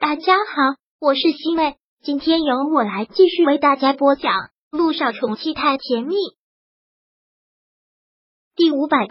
大家好，我是西妹，今天由我来继续为大家播讲《陆少宠妻太甜蜜》第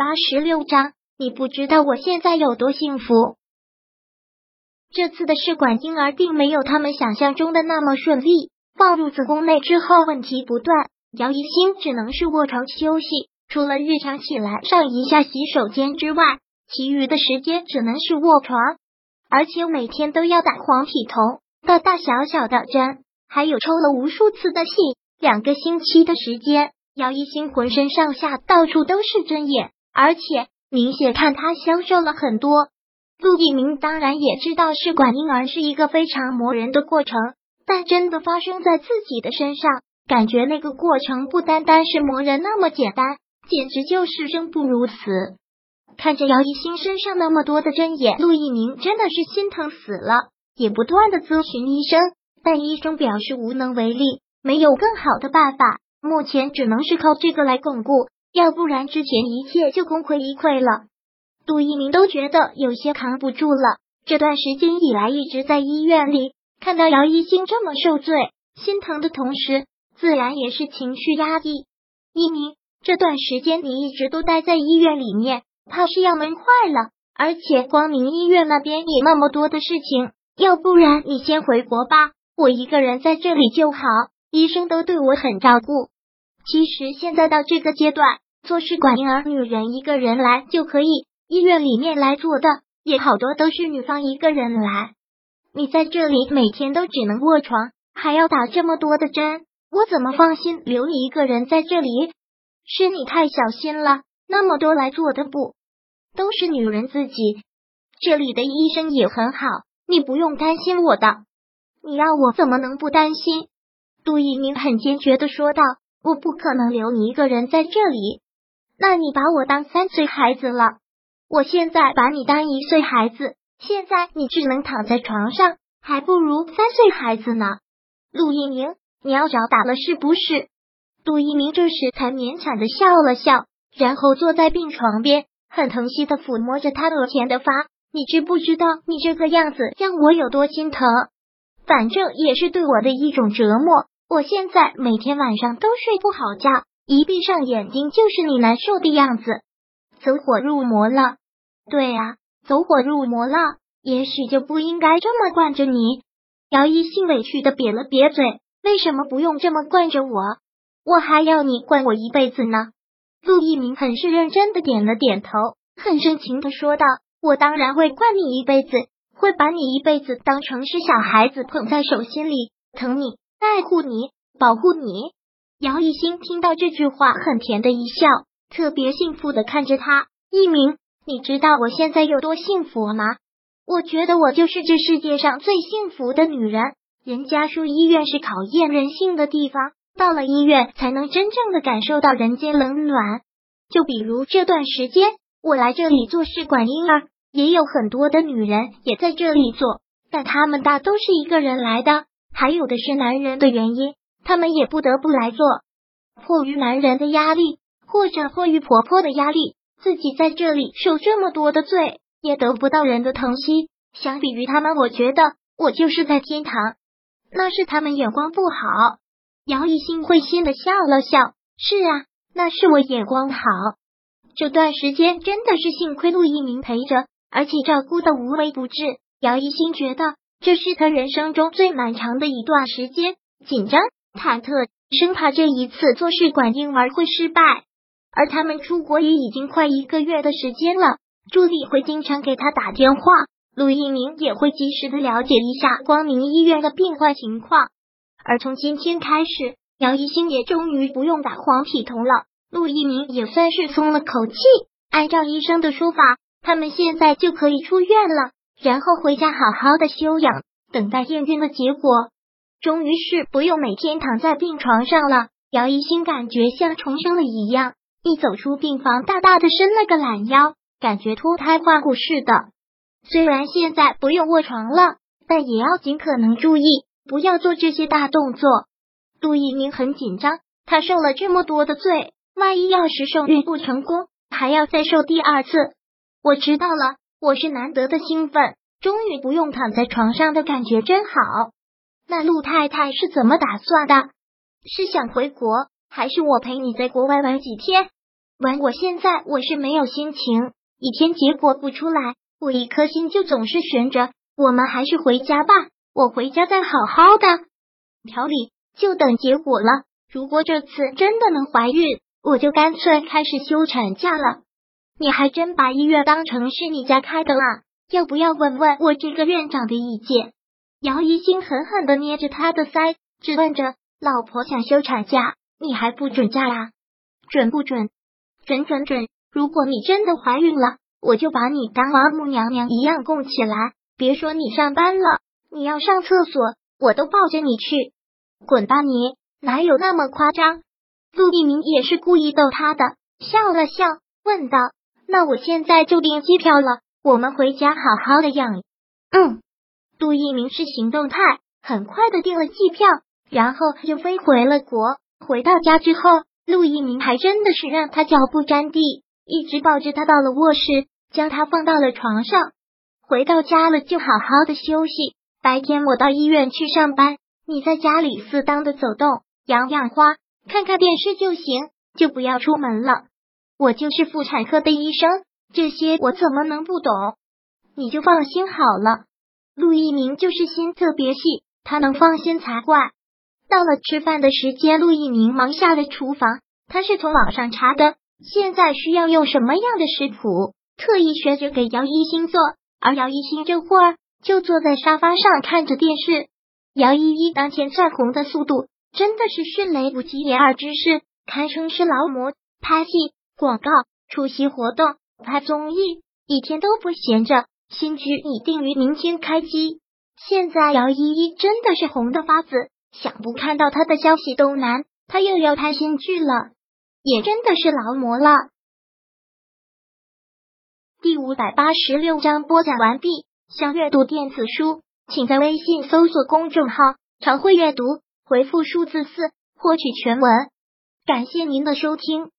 586章。你不知道我现在有多幸福。这次的试管婴儿并没有他们想象中的那么顺利，放入子宫内之后问题不断，姚一星只能是卧床休息，除了日常起来上一下洗手间之外，其余的时间只能是卧床，而且每天都要打黄体酮，大大小小的针，还有抽了无数次的血，2个星期的时间，姚一星浑身上下到处都是针眼，而且明显看他消瘦了很多。陆一鸣当然也知道试管婴儿是一个非常磨人的过程，但真的发生在自己的身上，感觉那个过程不单单是磨人那么简单，简直就是生不如死。看着姚一星身上那么多的针眼，陆一鸣真的是心疼死了，也不断的咨询医生，但医生表示无能为力，没有更好的办法，目前只能是靠这个来巩固，要不然之前一切就功亏一篑了。陆一鸣都觉得有些扛不住了，这段时间以来一直在医院里，看到姚一星这么受罪，心疼的同时自然也是情绪压抑。一鸣，这段时间你一直都待在医院里面，怕是要闷坏了，而且光明医院那边也那么多的事情，要不然你先回国吧，我一个人在这里就好，医生都对我很照顾。其实现在到这个阶段，做试管婴儿女人一个人来就可以，医院里面来做的也好多都是女方一个人来，你在这里每天都只能卧床，还要打这么多的针，我怎么放心留你一个人在这里？是你太小心了，那么多来做的不都是女人自己，这里的医生也很好，你不用担心我的。你要我怎么能不担心？杜一鸣很坚决的说道，我不可能留你一个人在这里。那你把我当3岁孩子了，我现在把你当1岁孩子，现在你只能躺在床上，还不如3岁孩子呢。陆一鸣，你要找打了是不是？杜一鸣这时才勉强的笑了笑，然后坐在病床边，很疼惜的抚摸着他额前的发，你知不知道你这个样子让我有多心疼？反正也是对我的一种折磨，我现在每天晚上都睡不好觉，一闭上眼睛就是你难受的样子，走火入魔了。对啊，走火入魔了，也许就不应该这么惯着你。姚一兴委屈的瘪了瘪嘴，为什么不用这么惯着我？我还要你惯我一辈子呢。陆一鸣很是认真的点了点头，很深情的说道，我当然会惯你一辈子，会把你一辈子当成是小孩子捧在手心里，疼你，爱护你，保护你。姚一兴听到这句话很甜的一笑，特别幸福的看着他，一鸣，你知道我现在有多幸福吗？我觉得我就是这世界上最幸福的女人。人家说医院是考验人性的地方，到了医院才能真正的感受到人间冷暖。就比如这段时间我来这里做试管婴儿，也有很多的女人也在这里做，但她们大都是一个人来的，还有的是男人的原因，她们也不得不来做，迫于男人的压力，或者迫于婆婆的压力，自己在这里受这么多的罪，也得不到人的疼惜。相比于他们，我觉得我就是在天堂，那是他们眼光不好。姚一兴会心的笑了笑，是啊，那是我眼光好。这段时间真的是幸亏陆一鸣陪着，而且照顾的无微不至。姚一兴觉得这是他人生中最漫长的一段时间，紧张忐忑，生怕这一次做试管婴儿会失败。而他们出国也已经快1个月的时间了，助理会经常给他打电话，陆一鸣也会及时的了解一下光明医院的病患情况。而从今天开始，姚一兴也终于不用打黄体酮了，陆一鸣也算是松了口气。按照医生的说法，他们现在就可以出院了，然后回家好好的休养，等待验孕的结果。终于是不用每天躺在病床上了，姚一兴感觉像重生了一样，一走出病房大大的伸了个懒腰，感觉脱胎换骨似的。虽然现在不用卧床了，但也要尽可能注意，不要做这些大动作。陆一鸣很紧张，他受了这么多的罪，万一要是受孕不成功，还要再受第2次。我知道了，我是难得的兴奋， 终于不用躺在床上的感觉真好。那陆太太是怎么打算的？是想回国，还是我陪你在国外玩几天？我现在是没有心情，一天结果不出来，我一颗心就总是悬着。我们还是回家吧，我回家再好好的调理，就等结果了。如果这次真的能怀孕，我就干脆开始休产假了。你还真把医院当成是你家开的啊？要不要问问我这个院长的意见？姚一星狠狠地捏着他的腮，质问着：老婆想休产假，你还不准假呀？准不准？准！如果你真的怀孕了，我就把你当王母娘娘一样供起来。别说你上班了，你要上厕所，我都抱着你去。滚吧你！哪有那么夸张？陆一鸣也是故意逗他的，笑了笑，问道：那我现在就订机票了，我们回家好好的养。陆一鸣是行动派，很快的订了机票，然后就飞回了国。回到家之后，陆一鸣还真的是让他脚不沾地，一直抱着他到了卧室，将他放到了床上。回到家了就好好的休息，白天我到医院去上班，你在家里适当的走动，养养花，看看电视就行，就不要出门了。我就是妇产科的医生，这些我怎么能不懂？你就放心好了。陆一鸣就是心特别细，他能放心才怪。到了吃饭的时间，陆一鸣忙下了厨房，他是从网上查的，现在需要用什么样的食谱，特意学着给姚一星做。而姚一星这会儿就坐在沙发上看着电视。姚依依当前窜红的速度真的是迅雷不及掩耳之势，堪称是劳模，拍戏、广告、出席活动、拍综艺，一天都不闲着。新剧拟定于明天开机。现在姚依依真的是红的发紫，想不看到她的消息都难。她又要拍新剧了，也真的是劳模了。第586章播讲完毕。想阅读电子书，请在微信搜索公众号常会阅读，回复数字4获取全文。感谢您的收听。